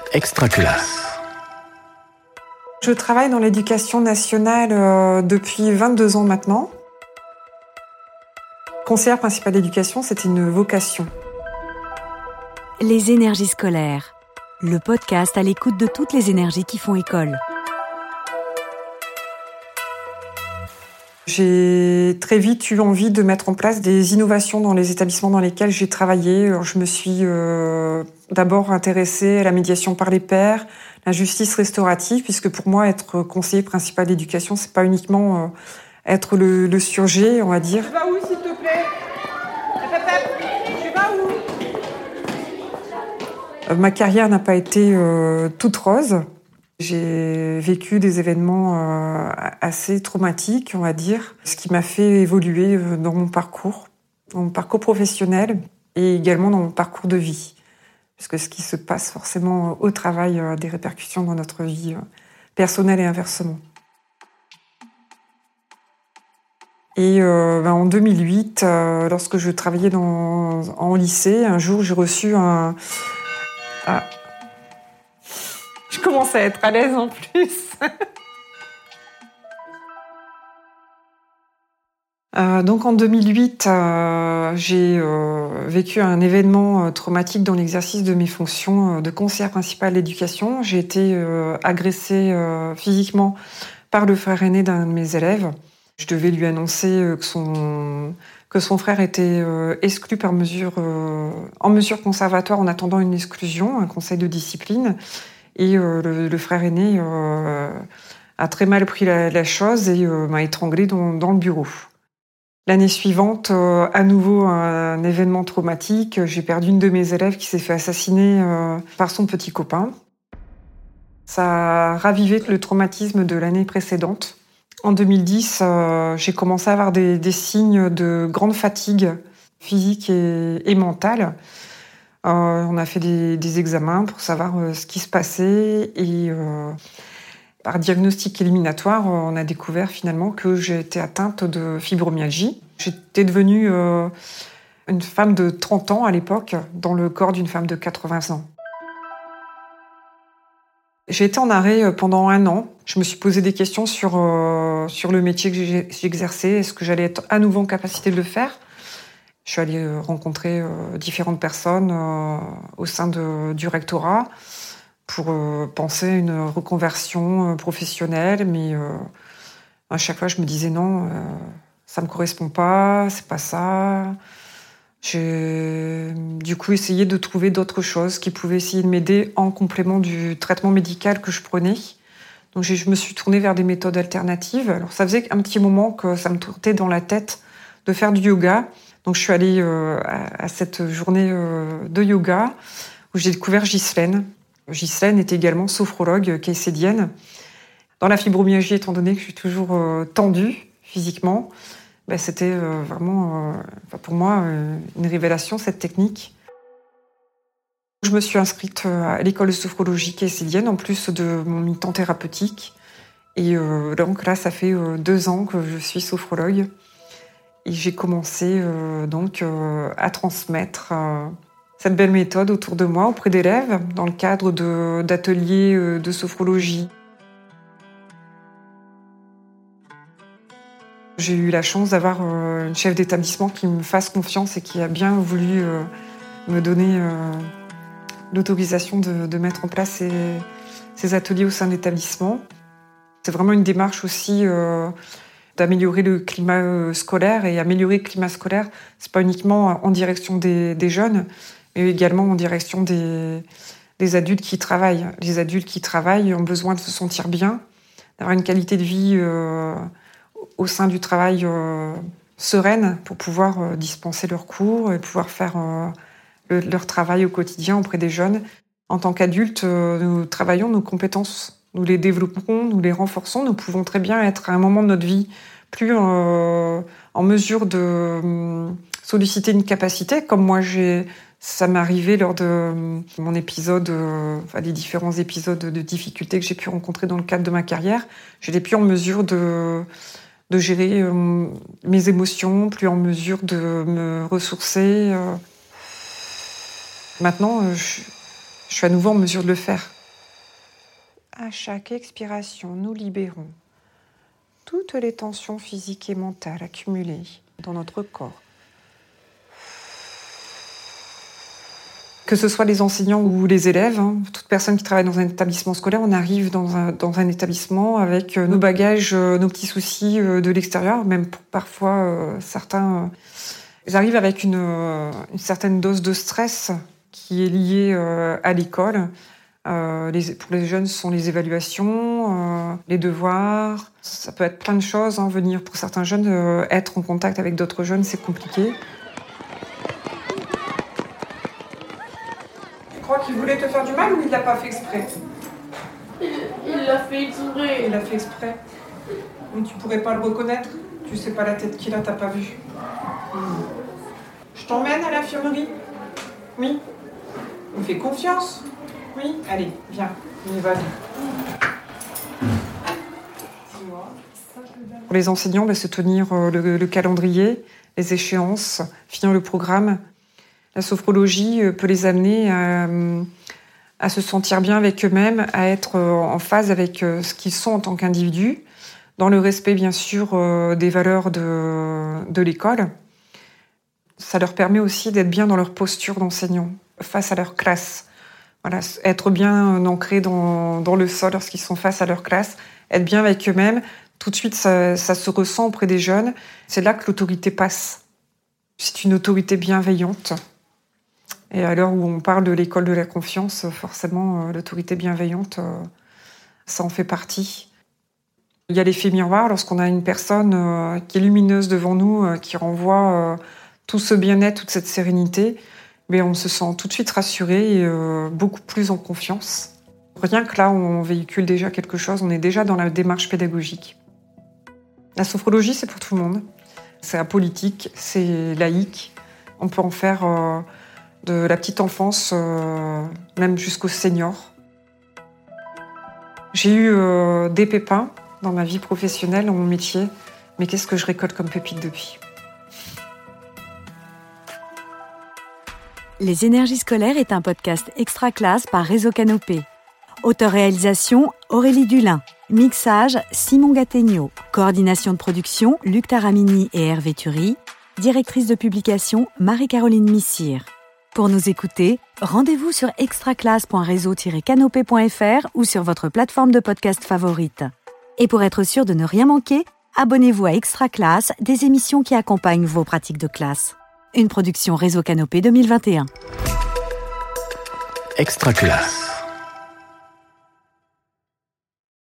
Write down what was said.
Extraculasse. Je travaille dans l'éducation nationale depuis 22 ans maintenant. Conseillère principale d'éducation, c'est une vocation. Les énergies scolaires, le podcast à l'écoute de toutes les énergies qui font école. J'ai très vite eu envie de mettre en place des innovations dans les établissements dans lesquels j'ai travaillé. Alors, je me suis d'abord intéressée à la médiation par les pairs, la justice restaurative, puisque pour moi, être conseiller principal d'éducation, c'est pas uniquement être le surgé, on va dire. Tu vas où, s'il te plaît? Tu vas où? Ma carrière n'a pas été toute rose. J'ai vécu des événements assez traumatiques, on va dire, ce qui m'a fait évoluer dans mon parcours professionnel et également dans mon parcours de vie. Parce que ce qui se passe forcément au travail a des répercussions dans notre vie personnelle et inversement. Et en 2008, lorsque je travaillais en lycée, un jour j'ai reçu un... Je commence à être à l'aise en plus. Donc en 2008, j'ai vécu un événement traumatique dans l'exercice de mes fonctions de conseillère principale d'éducation. J'ai été agressée physiquement par le frère aîné d'un de mes élèves. Je devais lui annoncer que son frère était exclu en mesure conservatoire en attendant une exclusion, un conseil de discipline. Et le frère aîné a très mal pris la chose et m'a étranglée dans le bureau. L'année suivante, à nouveau un événement traumatique. J'ai perdu une de mes élèves qui s'est fait assassiner par son petit copain. Ça a ravivé le traumatisme de l'année précédente. En 2010, j'ai commencé à avoir des signes de grande fatigue physique et mentale. On a fait des examens pour savoir ce qui se passait et par diagnostic éliminatoire, on a découvert finalement que j'étais atteinte de fibromyalgie. J'étais devenue une femme de 30 ans à l'époque dans le corps d'une femme de 80 ans. J'ai été en arrêt pendant 1 an. Je me suis posé des questions sur le métier que j'exerçais. Est-ce que j'allais être à nouveau en capacité de le faire ? Je suis allée rencontrer différentes personnes au sein du rectorat pour penser à une reconversion professionnelle, mais à chaque fois je me disais non, ça me correspond pas, c'est pas ça. J'ai du coup essayé de trouver d'autres choses qui pouvaient essayer de m'aider en complément du traitement médical que je prenais. Donc je me suis tournée vers des méthodes alternatives. Alors ça faisait un petit moment que ça me trottait dans la tête de faire du yoga. Donc je suis allée à cette journée de yoga où j'ai découvert Ghislaine. Ghislaine était également sophrologue kaycédienne. Dans la fibromyalgie, étant donné que je suis toujours tendue physiquement, c'était vraiment pour moi une révélation, cette technique. Je me suis inscrite à l'école de sophrologie kaycédienne en plus de mon mi-temps thérapeutique. Et donc là, ça fait 2 ans que je suis sophrologue. Et j'ai commencé à transmettre cette belle méthode autour de moi, auprès d'élèves, dans le cadre d'ateliers de sophrologie. J'ai eu la chance d'avoir une chef d'établissement qui me fasse confiance et qui a bien voulu me donner l'autorisation de mettre en place ces ateliers au sein de l'établissement. C'est vraiment une démarche aussi d'améliorer le climat scolaire. Et améliorer le climat scolaire, c'est pas uniquement en direction des jeunes, mais également en direction des adultes qui travaillent. Les adultes qui travaillent ont besoin de se sentir bien, d'avoir une qualité de vie au sein du travail sereine pour pouvoir dispenser leurs cours et pouvoir faire leur travail au quotidien auprès des jeunes. En tant qu'adultes, nous travaillons nos compétences, nous les développons, nous les renforçons. Nous pouvons très bien être à un moment de notre vie plus en mesure de solliciter une capacité, comme moi ça m'est arrivé lors de mon épisode, des différents épisodes de difficultés que j'ai pu rencontrer dans le cadre de ma carrière. J'étais plus en mesure de gérer mes émotions, plus en mesure de me ressourcer. Maintenant, je suis à nouveau en mesure de le faire. À chaque expiration, nous libérons toutes les tensions physiques et mentales accumulées dans notre corps. Que ce soit les enseignants ou les élèves, toute personne qui travaille dans un établissement scolaire, on arrive dans un établissement avec nos bagages, nos petits soucis de l'extérieur, même parfois certains... Ils arrivent avec une certaine dose de stress qui est liée à l'école. Pour les jeunes, ce sont les évaluations, les devoirs. Ça peut être plein de choses. Venir pour certains jeunes, être en contact avec d'autres jeunes, c'est compliqué. Tu crois qu'il voulait te faire du mal ou il l'a pas fait exprès ? Il l'a fait exprès. Il l'a fait exprès. Mais tu pourrais pas le reconnaître ? Tu sais pas la tête qu'il a, t'as pas vu. Je t'emmène à l'infirmerie ? Oui. On fait confiance ? Oui. Allez, viens, on y va. Pour les enseignants, se tenir le calendrier, les échéances, finir le programme. La sophrologie peut les amener à se sentir bien avec eux-mêmes, à être en phase avec ce qu'ils sont en tant qu'individus, dans le respect, bien sûr, des valeurs de l'école. Ça leur permet aussi d'être bien dans leur posture d'enseignant, face à leur classe. Voilà, être bien ancrés dans le sol lorsqu'ils sont face à leur classe, être bien avec eux-mêmes. Tout de suite, ça se ressent auprès des jeunes. C'est là que l'autorité passe. C'est une autorité bienveillante. Et à l'heure où on parle de l'école de la confiance, forcément, l'autorité bienveillante, ça en fait partie. Il y a l'effet miroir lorsqu'on a une personne qui est lumineuse devant nous, qui renvoie tout ce bien-être, toute cette sérénité. Mais on se sent tout de suite rassuré et beaucoup plus en confiance. Rien que là, on véhicule déjà quelque chose, on est déjà dans la démarche pédagogique. La sophrologie, c'est pour tout le monde. C'est apolitique, c'est laïque. On peut en faire de la petite enfance, même jusqu'au senior. J'ai eu des pépins dans ma vie professionnelle, dans mon métier, mais qu'est-ce que je récolte comme pépites depuis ? Les énergies scolaires est un podcast extra classe par Réseau Canopé. Auteur-réalisation, Aurélie Dulin. Mixage, Simon Gattegno. Coordination de production, Luc Taramini et Hervé Thury. Directrice de publication, Marie-Caroline Missire. Pour nous écouter, rendez-vous sur extraclasse.réseau-canopé.fr ou sur votre plateforme de podcast favorite. Et pour être sûr de ne rien manquer, abonnez-vous à Extra Classe, des émissions qui accompagnent vos pratiques de classe. Une production Réseau Canopé 2021. Extra Classe.